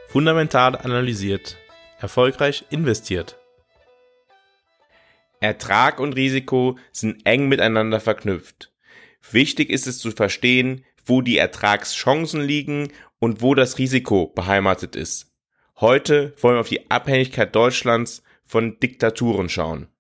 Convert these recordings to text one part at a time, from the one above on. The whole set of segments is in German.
Fundamental analysiert, erfolgreich investiert. Ertrag und Risiko sind eng miteinander verknüpft. Wichtig ist es zu verstehen, wo die Ertragschancen liegen und wo das Risiko beheimatet ist. Heute wollen wir auf die Abhängigkeit Deutschlands von Diktaturen schauen.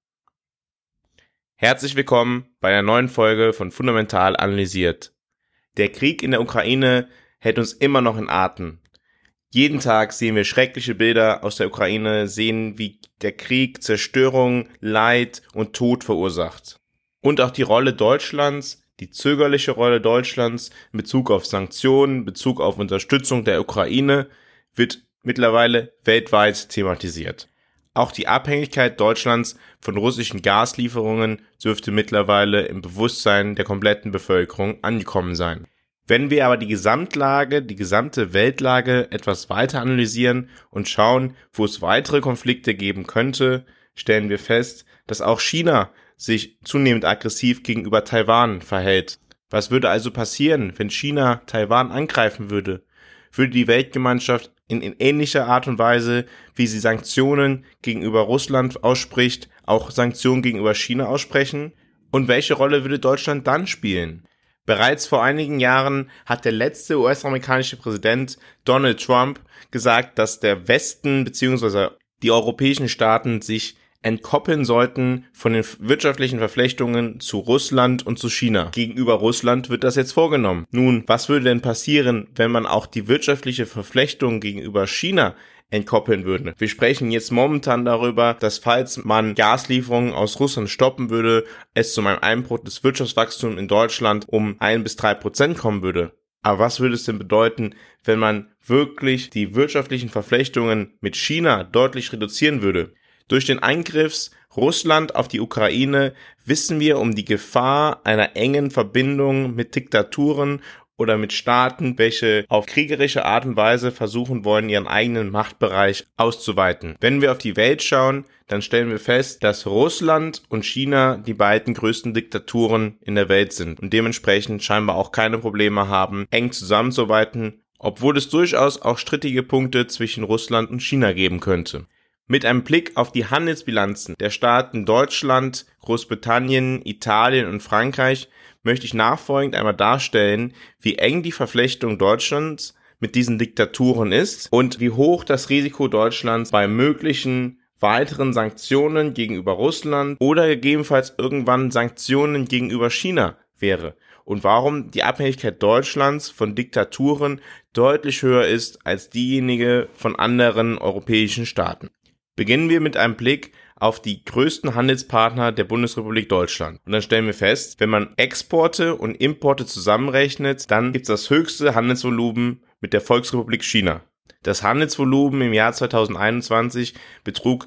Herzlich willkommen bei einer neuen Folge von Fundamental analysiert. Der Krieg in der Ukraine hält uns immer noch in Atem. Jeden Tag sehen wir schreckliche Bilder aus der Ukraine, sehen, wie der Krieg Zerstörung, Leid und Tod verursacht. Und auch die Rolle Deutschlands, die zögerliche Rolle Deutschlands in Bezug auf Sanktionen, in Bezug auf Unterstützung der Ukraine, wird mittlerweile weltweit thematisiert. Auch die Abhängigkeit Deutschlands von russischen Gaslieferungen dürfte mittlerweile im Bewusstsein der kompletten Bevölkerung angekommen sein. Wenn wir aber die Gesamtlage, die gesamte Weltlage etwas weiter analysieren und schauen, wo es weitere Konflikte geben könnte, stellen wir fest, dass auch China sich zunehmend aggressiv gegenüber Taiwan verhält. Was würde also passieren, wenn China Taiwan angreifen würde? Würde die Weltgemeinschaft in ähnlicher Art und Weise, wie sie Sanktionen gegenüber Russland ausspricht, auch Sanktionen gegenüber China aussprechen? Und welche Rolle würde Deutschland dann spielen? Bereits vor einigen Jahren hat der letzte US-amerikanische Präsident Donald Trump gesagt, dass der Westen bzw. die europäischen Staaten sich entkoppeln sollten von den wirtschaftlichen Verflechtungen zu Russland und zu China. Gegenüber Russland wird das jetzt vorgenommen. Nun, was würde denn passieren, wenn man auch die wirtschaftliche Verflechtung gegenüber China entkoppeln würde? Wir sprechen jetzt momentan darüber, dass falls man Gaslieferungen aus Russland stoppen würde, es zu einem Einbruch des Wirtschaftswachstums in Deutschland um 1-3% kommen würde. Aber was würde es denn bedeuten, wenn man wirklich die wirtschaftlichen Verflechtungen mit China deutlich reduzieren würde? Durch den Eingriff Russland auf die Ukraine wissen wir um die Gefahr einer engen Verbindung mit Diktaturen oder mit Staaten, welche auf kriegerische Art und Weise versuchen wollen, ihren eigenen Machtbereich auszuweiten. Wenn wir auf die Welt schauen, dann stellen wir fest, dass Russland und China die beiden größten Diktaturen in der Welt sind und dementsprechend scheinbar auch keine Probleme haben, eng zusammenzuarbeiten, obwohl es durchaus auch strittige Punkte zwischen Russland und China geben könnte. Mit einem Blick auf die Handelsbilanzen der Staaten Deutschland, Großbritannien, Italien und Frankreich möchte ich nachfolgend einmal darstellen, wie eng die Verflechtung Deutschlands mit diesen Diktaturen ist und wie hoch das Risiko Deutschlands bei möglichen weiteren Sanktionen gegenüber Russland oder gegebenenfalls irgendwann Sanktionen gegenüber China wäre und warum die Abhängigkeit Deutschlands von Diktaturen deutlich höher ist als diejenige von anderen europäischen Staaten. Beginnen wir mit einem Blick auf die größten Handelspartner der Bundesrepublik Deutschland. Und dann stellen wir fest, wenn man Exporte und Importe zusammenrechnet, dann gibt es das höchste Handelsvolumen mit der Volksrepublik China. Das Handelsvolumen im Jahr 2021 betrug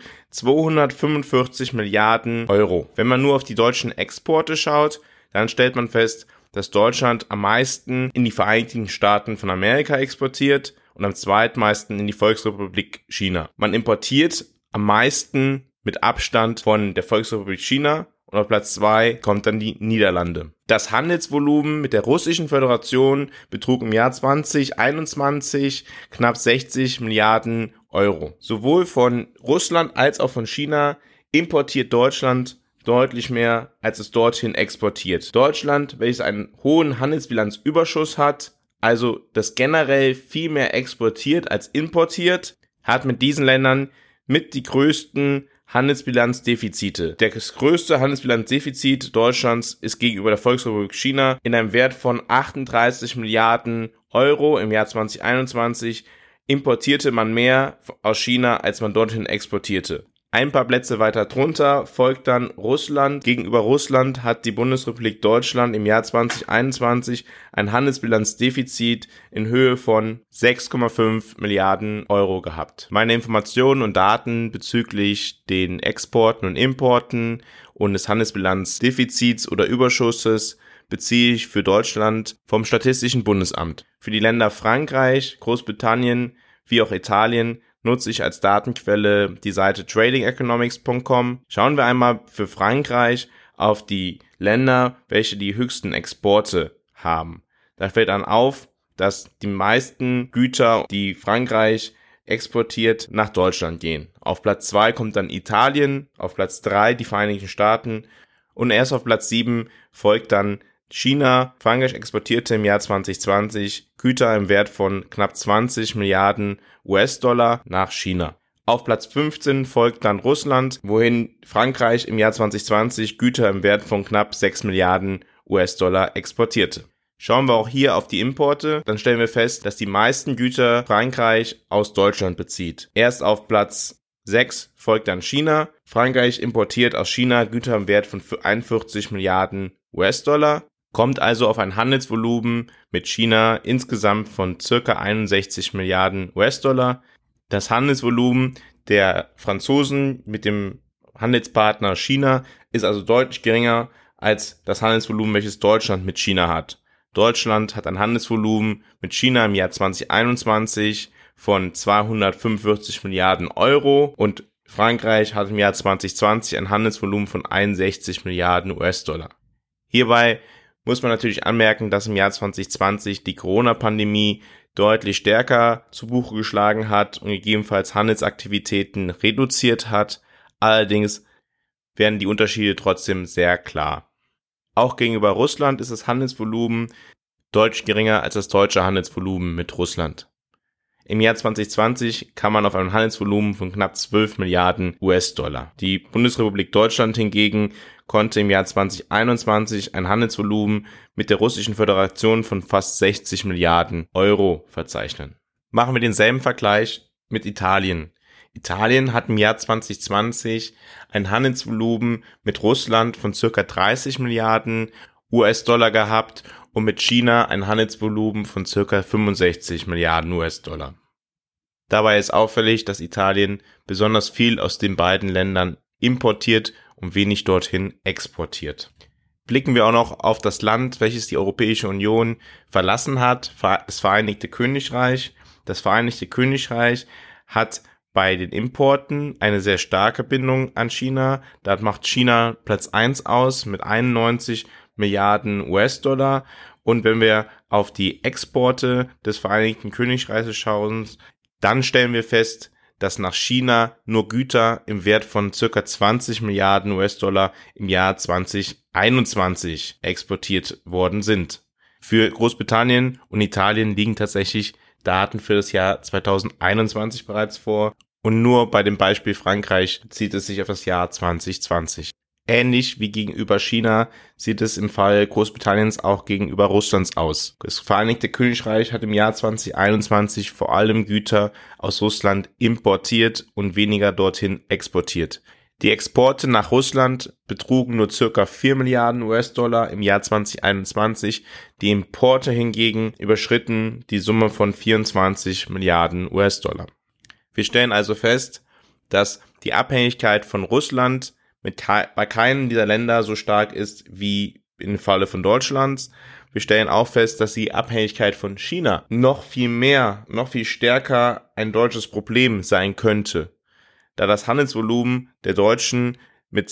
245 Milliarden Euro. Wenn man nur auf die deutschen Exporte schaut, dann stellt man fest, dass Deutschland am meisten in die Vereinigten Staaten von Amerika exportiert und am zweitmeisten in die Volksrepublik China. Man importiert am meisten mit Abstand von der Volksrepublik China und auf Platz 2 kommt dann die Niederlande. Das Handelsvolumen mit der Russischen Föderation betrug im Jahr 2021 knapp 60 Milliarden Euro. Sowohl von Russland als auch von China importiert Deutschland deutlich mehr, als es dorthin exportiert. Deutschland, welches einen hohen Handelsbilanzüberschuss hat, also das generell viel mehr exportiert als importiert, hat mit diesen Ländern mit die größten Handelsbilanzdefizite. Das größte Handelsbilanzdefizit Deutschlands ist gegenüber der Volksrepublik China in einem Wert von 38 Milliarden Euro im Jahr 2021. Importierte man mehr aus China, als man dorthin exportierte. Ein paar Plätze weiter drunter folgt dann Russland. Gegenüber Russland hat die Bundesrepublik Deutschland im Jahr 2021 ein Handelsbilanzdefizit in Höhe von 6,5 Milliarden Euro gehabt. Meine Informationen und Daten bezüglich den Exporten und Importen und des Handelsbilanzdefizits oder Überschusses beziehe ich für Deutschland vom Statistischen Bundesamt. Für die Länder Frankreich, Großbritannien wie auch Italien nutze ich als Datenquelle die Seite tradingeconomics.com. Schauen wir einmal für Frankreich auf die Länder, welche die höchsten Exporte haben. Da fällt dann auf, dass die meisten Güter, die Frankreich exportiert, nach Deutschland gehen. Auf Platz 2 kommt dann Italien, auf Platz 3 die Vereinigten Staaten und erst auf Platz 7 folgt dann China. Frankreich exportierte im Jahr 2020 Güter im Wert von knapp 20 Milliarden US-Dollar nach China. Auf Platz 15 folgt dann Russland, wohin Frankreich im Jahr 2020 Güter im Wert von knapp 6 Milliarden US-Dollar exportierte. Schauen wir auch hier auf die Importe, dann stellen wir fest, dass die meisten Güter Frankreich aus Deutschland bezieht. Erst auf Platz 6 folgt dann China. Frankreich importiert aus China Güter im Wert von 41 Milliarden US-Dollar, kommt also auf ein Handelsvolumen mit China insgesamt von ca. 61 Milliarden US-Dollar. Das Handelsvolumen der Franzosen mit dem Handelspartner China ist also deutlich geringer als das Handelsvolumen, welches Deutschland mit China hat. Deutschland hat ein Handelsvolumen mit China im Jahr 2021 von 245 Milliarden Euro und Frankreich hat im Jahr 2020 ein Handelsvolumen von 61 Milliarden US-Dollar. Hierbei muss man natürlich anmerken, dass im Jahr 2020 die Corona-Pandemie deutlich stärker zu Buche geschlagen hat und gegebenenfalls Handelsaktivitäten reduziert hat. Allerdings werden die Unterschiede trotzdem sehr klar. Auch gegenüber Russland ist das Handelsvolumen deutlich geringer als das deutsche Handelsvolumen mit Russland. Im Jahr 2020 kam man auf ein Handelsvolumen von knapp 12 Milliarden US-Dollar. Die Bundesrepublik Deutschland hingegen konnte im Jahr 2021 ein Handelsvolumen mit der Russischen Föderation von fast 60 Milliarden Euro verzeichnen. Machen wir denselben Vergleich mit Italien. Italien hat im Jahr 2020 ein Handelsvolumen mit Russland von ca. 30 Milliarden US-Dollar gehabt und mit China ein Handelsvolumen von ca. 65 Milliarden US-Dollar. Dabei ist auffällig, dass Italien besonders viel aus den beiden Ländern importiert und wenig dorthin exportiert. Blicken wir auch noch auf das Land, welches die Europäische Union verlassen hat, das Vereinigte Königreich. Das Vereinigte Königreich hat bei den Importen eine sehr starke Bindung an China. Da macht China Platz 1 aus mit 91 Milliarden US-Dollar. Und wenn wir auf die Exporte des Vereinigten Königreiches schauen, dann stellen wir fest, dass nach China nur Güter im Wert von ca. 20 Milliarden US-Dollar im Jahr 2021 exportiert worden sind. Für Großbritannien und Italien liegen tatsächlich Daten für das Jahr 2021 bereits vor und nur bei dem Beispiel Frankreich bezieht es sich auf das Jahr 2020. Ähnlich wie gegenüber China sieht es im Fall Großbritanniens auch gegenüber Russlands aus. Das Vereinigte Königreich hat im Jahr 2021 vor allem Güter aus Russland importiert und weniger dorthin exportiert. Die Exporte nach Russland betrugen nur ca. 4 Milliarden US-Dollar im Jahr 2021. Die Importe hingegen überschritten die Summe von 24 Milliarden US-Dollar. Wir stellen also fest, dass die Abhängigkeit von Russland bei keinem dieser Länder so stark ist wie im Falle von Deutschland. Wir stellen auch fest, dass die Abhängigkeit von China noch viel stärker ein deutsches Problem sein könnte, da das Handelsvolumen der Deutschen mit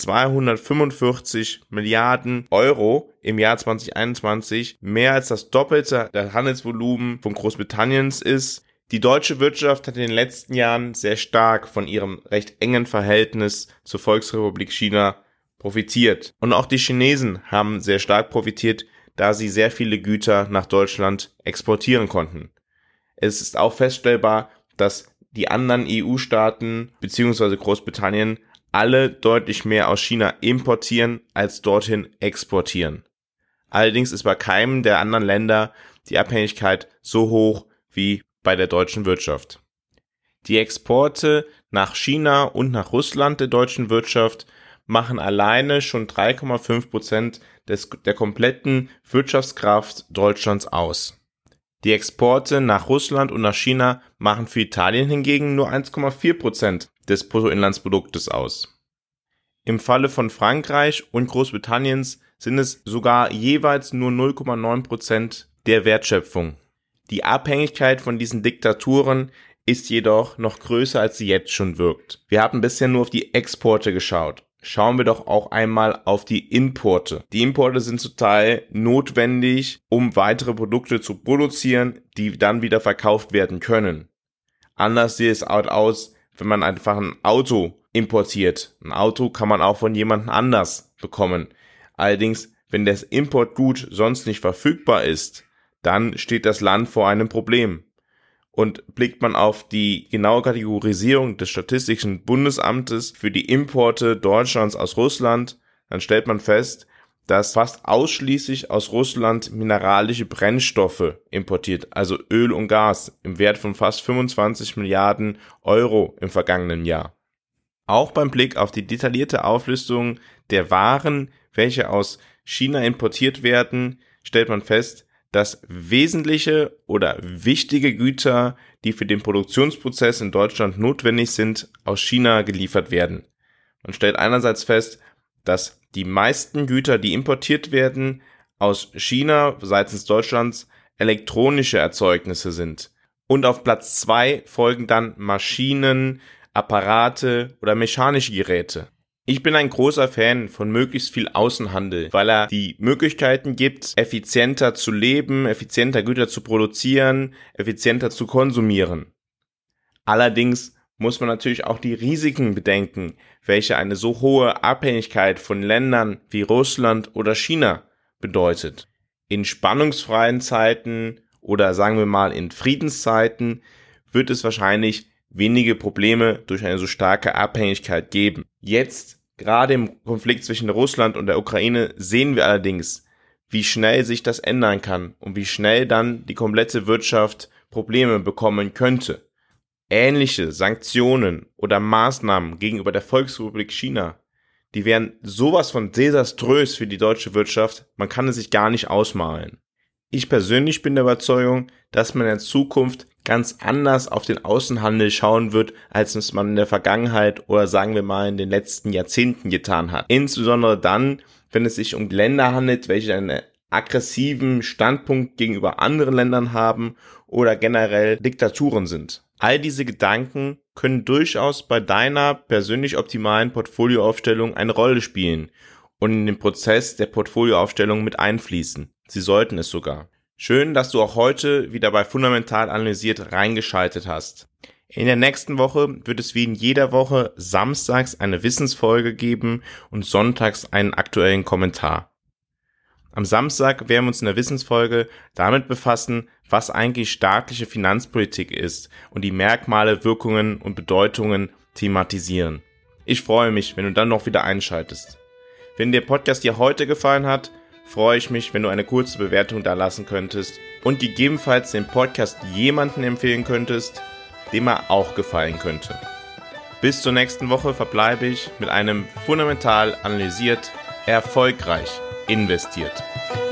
245 Milliarden Euro im Jahr 2021 mehr als das Doppelte der Handelsvolumen von Großbritanniens ist. Die deutsche Wirtschaft hat in den letzten Jahren sehr stark von ihrem recht engen Verhältnis zur Volksrepublik China profitiert. Und auch die Chinesen haben sehr stark profitiert, da sie sehr viele Güter nach Deutschland exportieren konnten. Es ist auch feststellbar, dass die anderen EU-Staaten bzw. Großbritannien alle deutlich mehr aus China importieren als dorthin exportieren. Allerdings ist bei keinem der anderen Länder die Abhängigkeit so hoch wie bei der deutschen Wirtschaft. Die Exporte nach China und nach Russland der deutschen Wirtschaft machen alleine schon 3,5% der kompletten Wirtschaftskraft Deutschlands aus. Die Exporte nach Russland und nach China machen für Italien hingegen nur 1,4% des Bruttoinlandsproduktes aus. Im Falle von Frankreich und Großbritanniens sind es sogar jeweils nur 0,9% der Wertschöpfung. Die Abhängigkeit von diesen Diktaturen ist jedoch noch größer, als sie jetzt schon wirkt. Wir haben bisher nur auf die Exporte geschaut. Schauen wir doch auch einmal auf die Importe. Die Importe sind zum Teil notwendig, um weitere Produkte zu produzieren, die dann wieder verkauft werden können. Anders sieht es aus, wenn man einfach ein Auto importiert. Ein Auto kann man auch von jemandem anders bekommen. Allerdings, wenn das Importgut sonst nicht verfügbar ist, dann steht das Land vor einem Problem. Und blickt man auf die genaue Kategorisierung des Statistischen Bundesamtes für die Importe Deutschlands aus Russland, dann stellt man fest, dass fast ausschließlich aus Russland mineralische Brennstoffe importiert, also Öl und Gas, im Wert von fast 25 Milliarden Euro im vergangenen Jahr. Auch beim Blick auf die detaillierte Auflistung der Waren, welche aus China importiert werden, stellt man fest, dass wesentliche oder wichtige Güter, die für den Produktionsprozess in Deutschland notwendig sind, aus China geliefert werden. Man stellt einerseits fest, dass die meisten Güter, die importiert werden, aus China seitens Deutschlands elektronische Erzeugnisse sind. Und auf Platz 2 folgen dann Maschinen, Apparate oder mechanische Geräte. Ich bin ein großer Fan von möglichst viel Außenhandel, weil er die Möglichkeiten gibt, effizienter zu leben, effizienter Güter zu produzieren, effizienter zu konsumieren. Allerdings muss man natürlich auch die Risiken bedenken, welche eine so hohe Abhängigkeit von Ländern wie Russland oder China bedeutet. In spannungsfreien Zeiten oder sagen wir mal in Friedenszeiten wird es wahrscheinlich wenige Probleme durch eine so starke Abhängigkeit geben. Jetzt, gerade im Konflikt zwischen Russland und der Ukraine, sehen wir allerdings, wie schnell sich das ändern kann und wie schnell dann die komplette Wirtschaft Probleme bekommen könnte. Ähnliche Sanktionen oder Maßnahmen gegenüber der Volksrepublik China, die wären sowas von desaströs für die deutsche Wirtschaft, man kann es sich gar nicht ausmalen. Ich persönlich bin der Überzeugung, dass man in Zukunft ganz anders auf den Außenhandel schauen wird, als es man in der Vergangenheit oder sagen wir mal in den letzten Jahrzehnten getan hat. Insbesondere dann, wenn es sich um Länder handelt, welche einen aggressiven Standpunkt gegenüber anderen Ländern haben oder generell Diktaturen sind. All diese Gedanken können durchaus bei deiner persönlich optimalen Portfolioaufstellung eine Rolle spielen und in den Prozess der Portfolioaufstellung mit einfließen. Sie sollten es sogar. Schön, dass du auch heute wieder bei Fundamental Analysiert reingeschaltet hast. In der nächsten Woche wird es wie in jeder Woche samstags eine Wissensfolge geben und sonntags einen aktuellen Kommentar. Am Samstag werden wir uns in der Wissensfolge damit befassen, was eigentlich staatliche Finanzpolitik ist und die Merkmale, Wirkungen und Bedeutungen thematisieren. Ich freue mich, wenn du dann noch wieder einschaltest. Wenn der Podcast dir heute gefallen hat, freue ich mich, wenn du eine kurze Bewertung da lassen könntest und gegebenenfalls den Podcast jemanden empfehlen könntest, dem er auch gefallen könnte. Bis zur nächsten Woche verbleibe ich mit einem Fundamental Analysiert, erfolgreich investiert.